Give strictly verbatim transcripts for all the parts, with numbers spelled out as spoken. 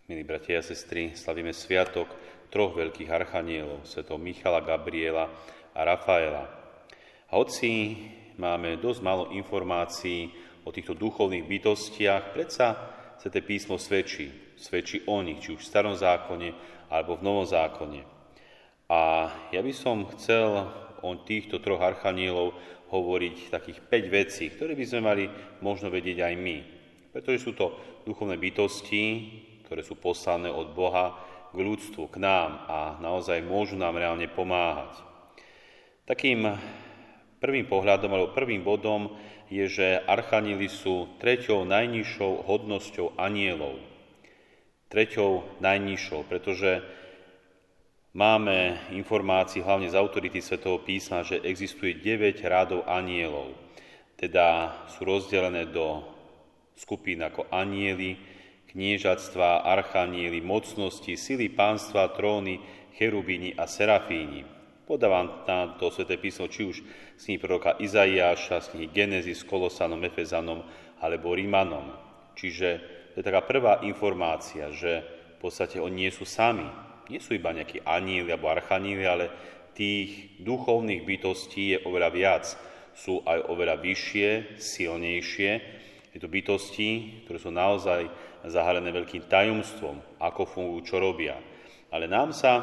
Milí bratia a sestry, slavíme sviatok troch veľkých archanielov, svätého Michala, Gabriela a Rafaela. A hoci máme dosť málo informácií o týchto duchovných bytostiach, predsa Sväté písmo svedčí, svedčí o nich, či už v starom zákone alebo v novom zákone. A ja by som chcel o týchto troch archanielov hovoriť takých päť vecí, ktoré by sme mali možno vedieť aj my. Pretože sú to duchovné bytosti, ktoré sú poslané od Boha k ľudstvu, k nám a naozaj môžu nám reálne pomáhať. Takým prvým pohľadom alebo prvým bodom je, že archanieli sú treťou najnižšou hodnosťou anielov. Treťou najnižšou, pretože máme informácií hlavne z autority Svätého písma, že existuje deväť rádov anielov. Teda sú rozdelené do skupín ako anieli, kniežatstva, archanieli, mocnosti, sily, pánstva, tróny, cherubíni a serafíni. Podávam na to Sväté písmo či už z knihy proroka Izaiáša, z knihy Genesis, Kolosanom, Efezanom alebo Rímanom. Čiže to je taká prvá informácia, že v podstate oni nie sú sami. Nie sú iba nejakí anieli alebo archanieli, ale tých duchovných bytostí je oveľa viac. Sú aj oveľa vyššie, silnejšie. Je to bytosti, ktoré sú naozaj zahalené veľkým tajomstvom, ako fungujú, čo robia. Ale nám sa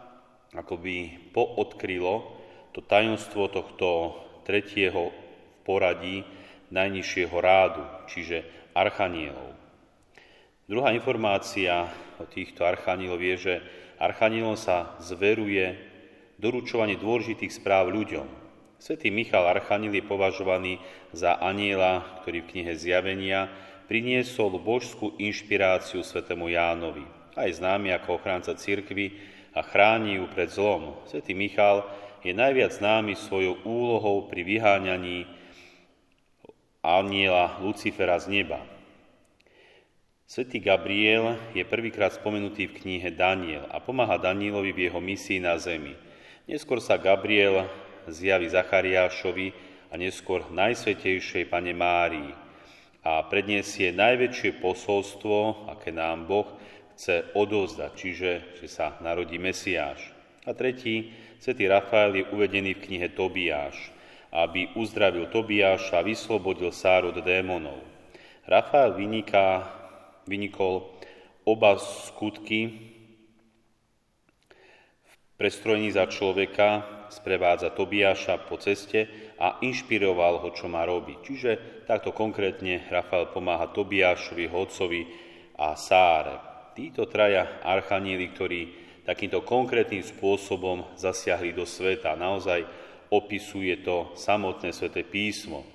akoby poodkrylo to tajomstvo tohto tretieho v poradí najnižšieho rádu, čiže archanielov. Druhá informácia o týchto archanielov je, že archanielom sa zveruje doručovanie dôležitých správ ľuďom. Svätý Michal archaniel je považovaný za aniela, ktorý v knihe Zjavenia priniesol božskú inšpiráciu svätému Jánovi, aj známy ako ochránca cirkvi a chráni ju pred zlom. Svätý Michal je najviac známy svojou úlohou pri vyháňaní aniela Lucifera z neba. Svätý Gabriel je prvýkrát spomenutý v knihe Daniel a pomáha Danielovi v jeho misii na zemi. Neskôr sa Gabriel zjaví Zachariášovi a neskôr Najsvätejšej Panne Márii a predniesie najväčšie posolstvo, aké nám Boh chce odovzdať, čiže že sa narodí Mesiáš. A tretí, svätý Rafael je uvedený v knihe Tobiáš, aby uzdravil Tobiáša a vyslobodil Sáru od démonov. Rafael vyniká, vynikol oba skutky v prestrojení za človeka, sprevádza Tobiáša po ceste a inšpiroval ho, čo má robiť. Čiže takto konkrétne Rafael pomáha Tobiášovi, Hodcovi a Sáre. Títo traja archanieli, ktorí takýmto konkrétnym spôsobom zasiahli do sveta, naozaj opisuje to samotné Sväté písmo.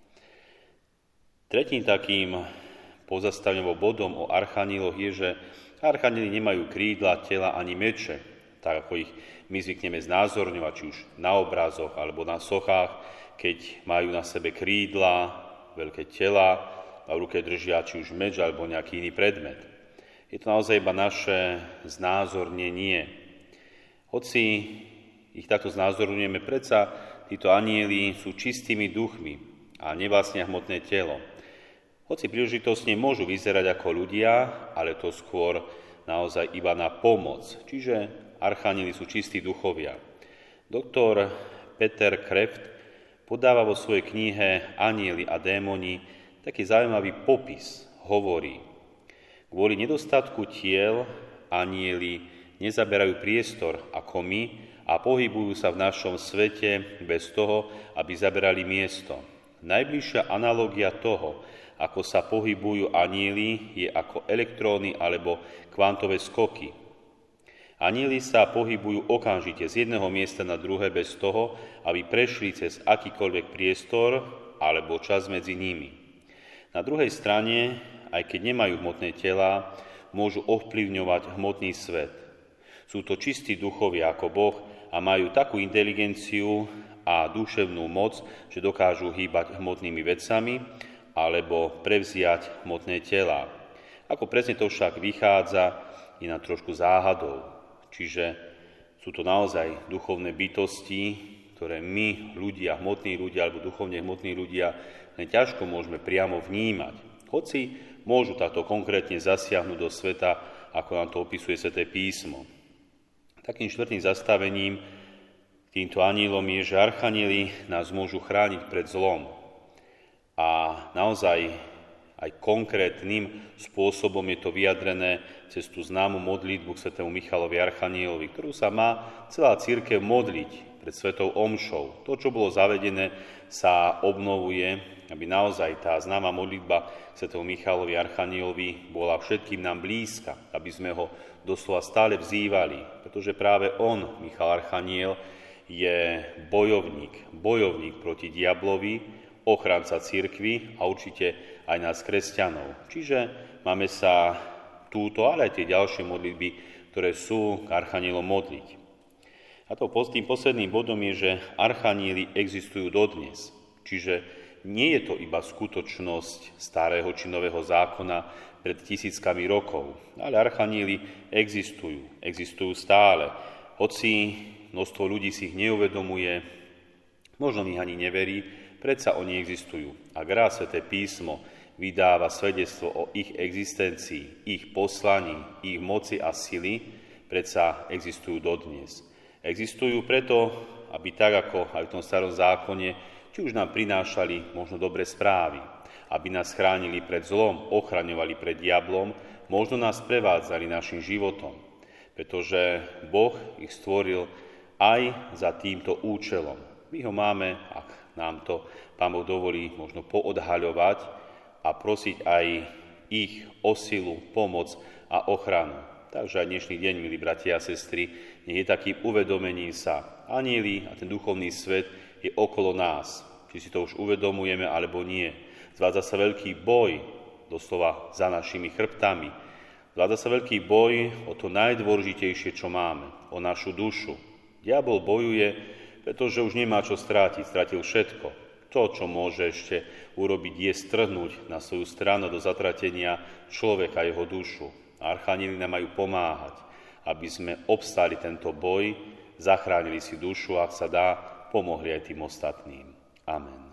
Tretím takým pozastavňovým bodom o archanieloch je, že archanieli nemajú krídla, tela ani meče, tak ako ich my zvykneme znázorňovať, či už na obrazoch alebo na sochách, keď majú na sebe krídla, veľké tela a v ruke držia či už meč alebo nejaký iný predmet. Je to naozaj iba naše znázornenie. Hoci ich takto znázorňujeme, predsa títo anjeli sú čistými duchmi a nevlastnia hmotné telo. Hoci príležitostne môžu vyzerať ako ľudia, ale to skôr naozaj iba na pomoc. Čiže archanieli sú čistí duchovia. Doktor Peter Kreft podáva vo svojej knihe Anieli a démoni taký zaujímavý popis. Hovorí: kvôli nedostatku tiel anjeli nezaberajú priestor ako my a pohybujú sa v našom svete bez toho, aby zaberali miesto. Najbližšia analogia toho, ako sa pohybujú anjeli, je ako elektróny alebo kvantové skoky. Anjeli sa pohybujú okamžite z jedného miesta na druhé bez toho, aby prešli cez akýkoľvek priestor alebo čas medzi nimi. Na druhej strane, aj keď nemajú hmotné telá, môžu ovplyvňovať hmotný svet. Sú to čistí duchovia ako Boh a majú takú inteligenciu a duševnú moc, že dokážu hýbať hmotnými vecami alebo prevziať hmotné telá. Ako presne to však vychádza, je na trošku záhadou. Čiže sú to naozaj duchovné bytosti, ktoré my, ľudia, hmotní ľudia alebo duchovne hmotní ľudia, len ťažko môžeme priamo vnímať. Hoci môžu takto konkrétne zasiahnuť do sveta ako nám to opisuje Sväté písmo. Takým štvrtým zastavením týmto anielom je, že archanieli nás môžu chrániť pred zlom. A naozaj aj konkrétnym spôsobom je to vyjadrené cez tú známu modlitbu k svätému Michalovi archanielovi, ktorú sa má celá cirkev modliť pred svätou omšou. To, čo bolo zavedené, sa obnovuje, aby naozaj tá známa modlitba k svätému Michalovi archanielovi bola všetkým nám blízka, aby sme ho doslova stále vzývali, pretože práve on, Michal archaniel, je bojovník, bojovník proti diablovi, ochranca cirkvi a určite aj nás kresťanov. Čiže máme sa túto, ale aj tie ďalšie modlitby, ktoré sú k archanielom modliť. A to tým posledným bodom je, že archanieli existujú dodnes. Čiže nie je to iba skutočnosť starého či nového zákona pred tisíckami rokov, ale archanieli existujú, existujú stále. Hoci množstvo ľudí si ich neuvedomuje, možno ich ani neverí, predsa oni existujú. A raz Sväté písmo vydáva svedectvo o ich existencii, ich poslaní, ich moci a sily, predsa existujú dodnes. Existujú preto, aby tak ako aj v tom starom zákone, či už nám prinášali možno dobré správy, aby nás chránili pred zlom, ochraňovali pred diablom, možno nás prevádzali našim životom, pretože Boh ich stvoril aj za týmto účelom. My ho máme, ak nám to Pán Boh dovolí, možno poodhaľovať a prosiť aj ich o silu, pomoc a ochranu. Takže aj dnešný deň, milí bratia a sestry, nech je takým uvedomením sa. Anjeli a ten duchovný svet je okolo nás. Či si to už uvedomujeme, alebo nie. Zvádza sa veľký boj, doslova za našimi chrbtami. Zvádza sa veľký boj o to najdôležitejšie, čo máme, o našu dušu. Diabol bojuje, pretože už nemá čo strátiť, stratil všetko. To, čo môže ešte urobiť, je strhnúť na svoju stranu do zatratenia človeka, jeho dušu. Archanieli nám majú pomáhať, aby sme obstáli tento boj, zachránili si dušu, ak sa dá, pomohli aj tým ostatným. Amen.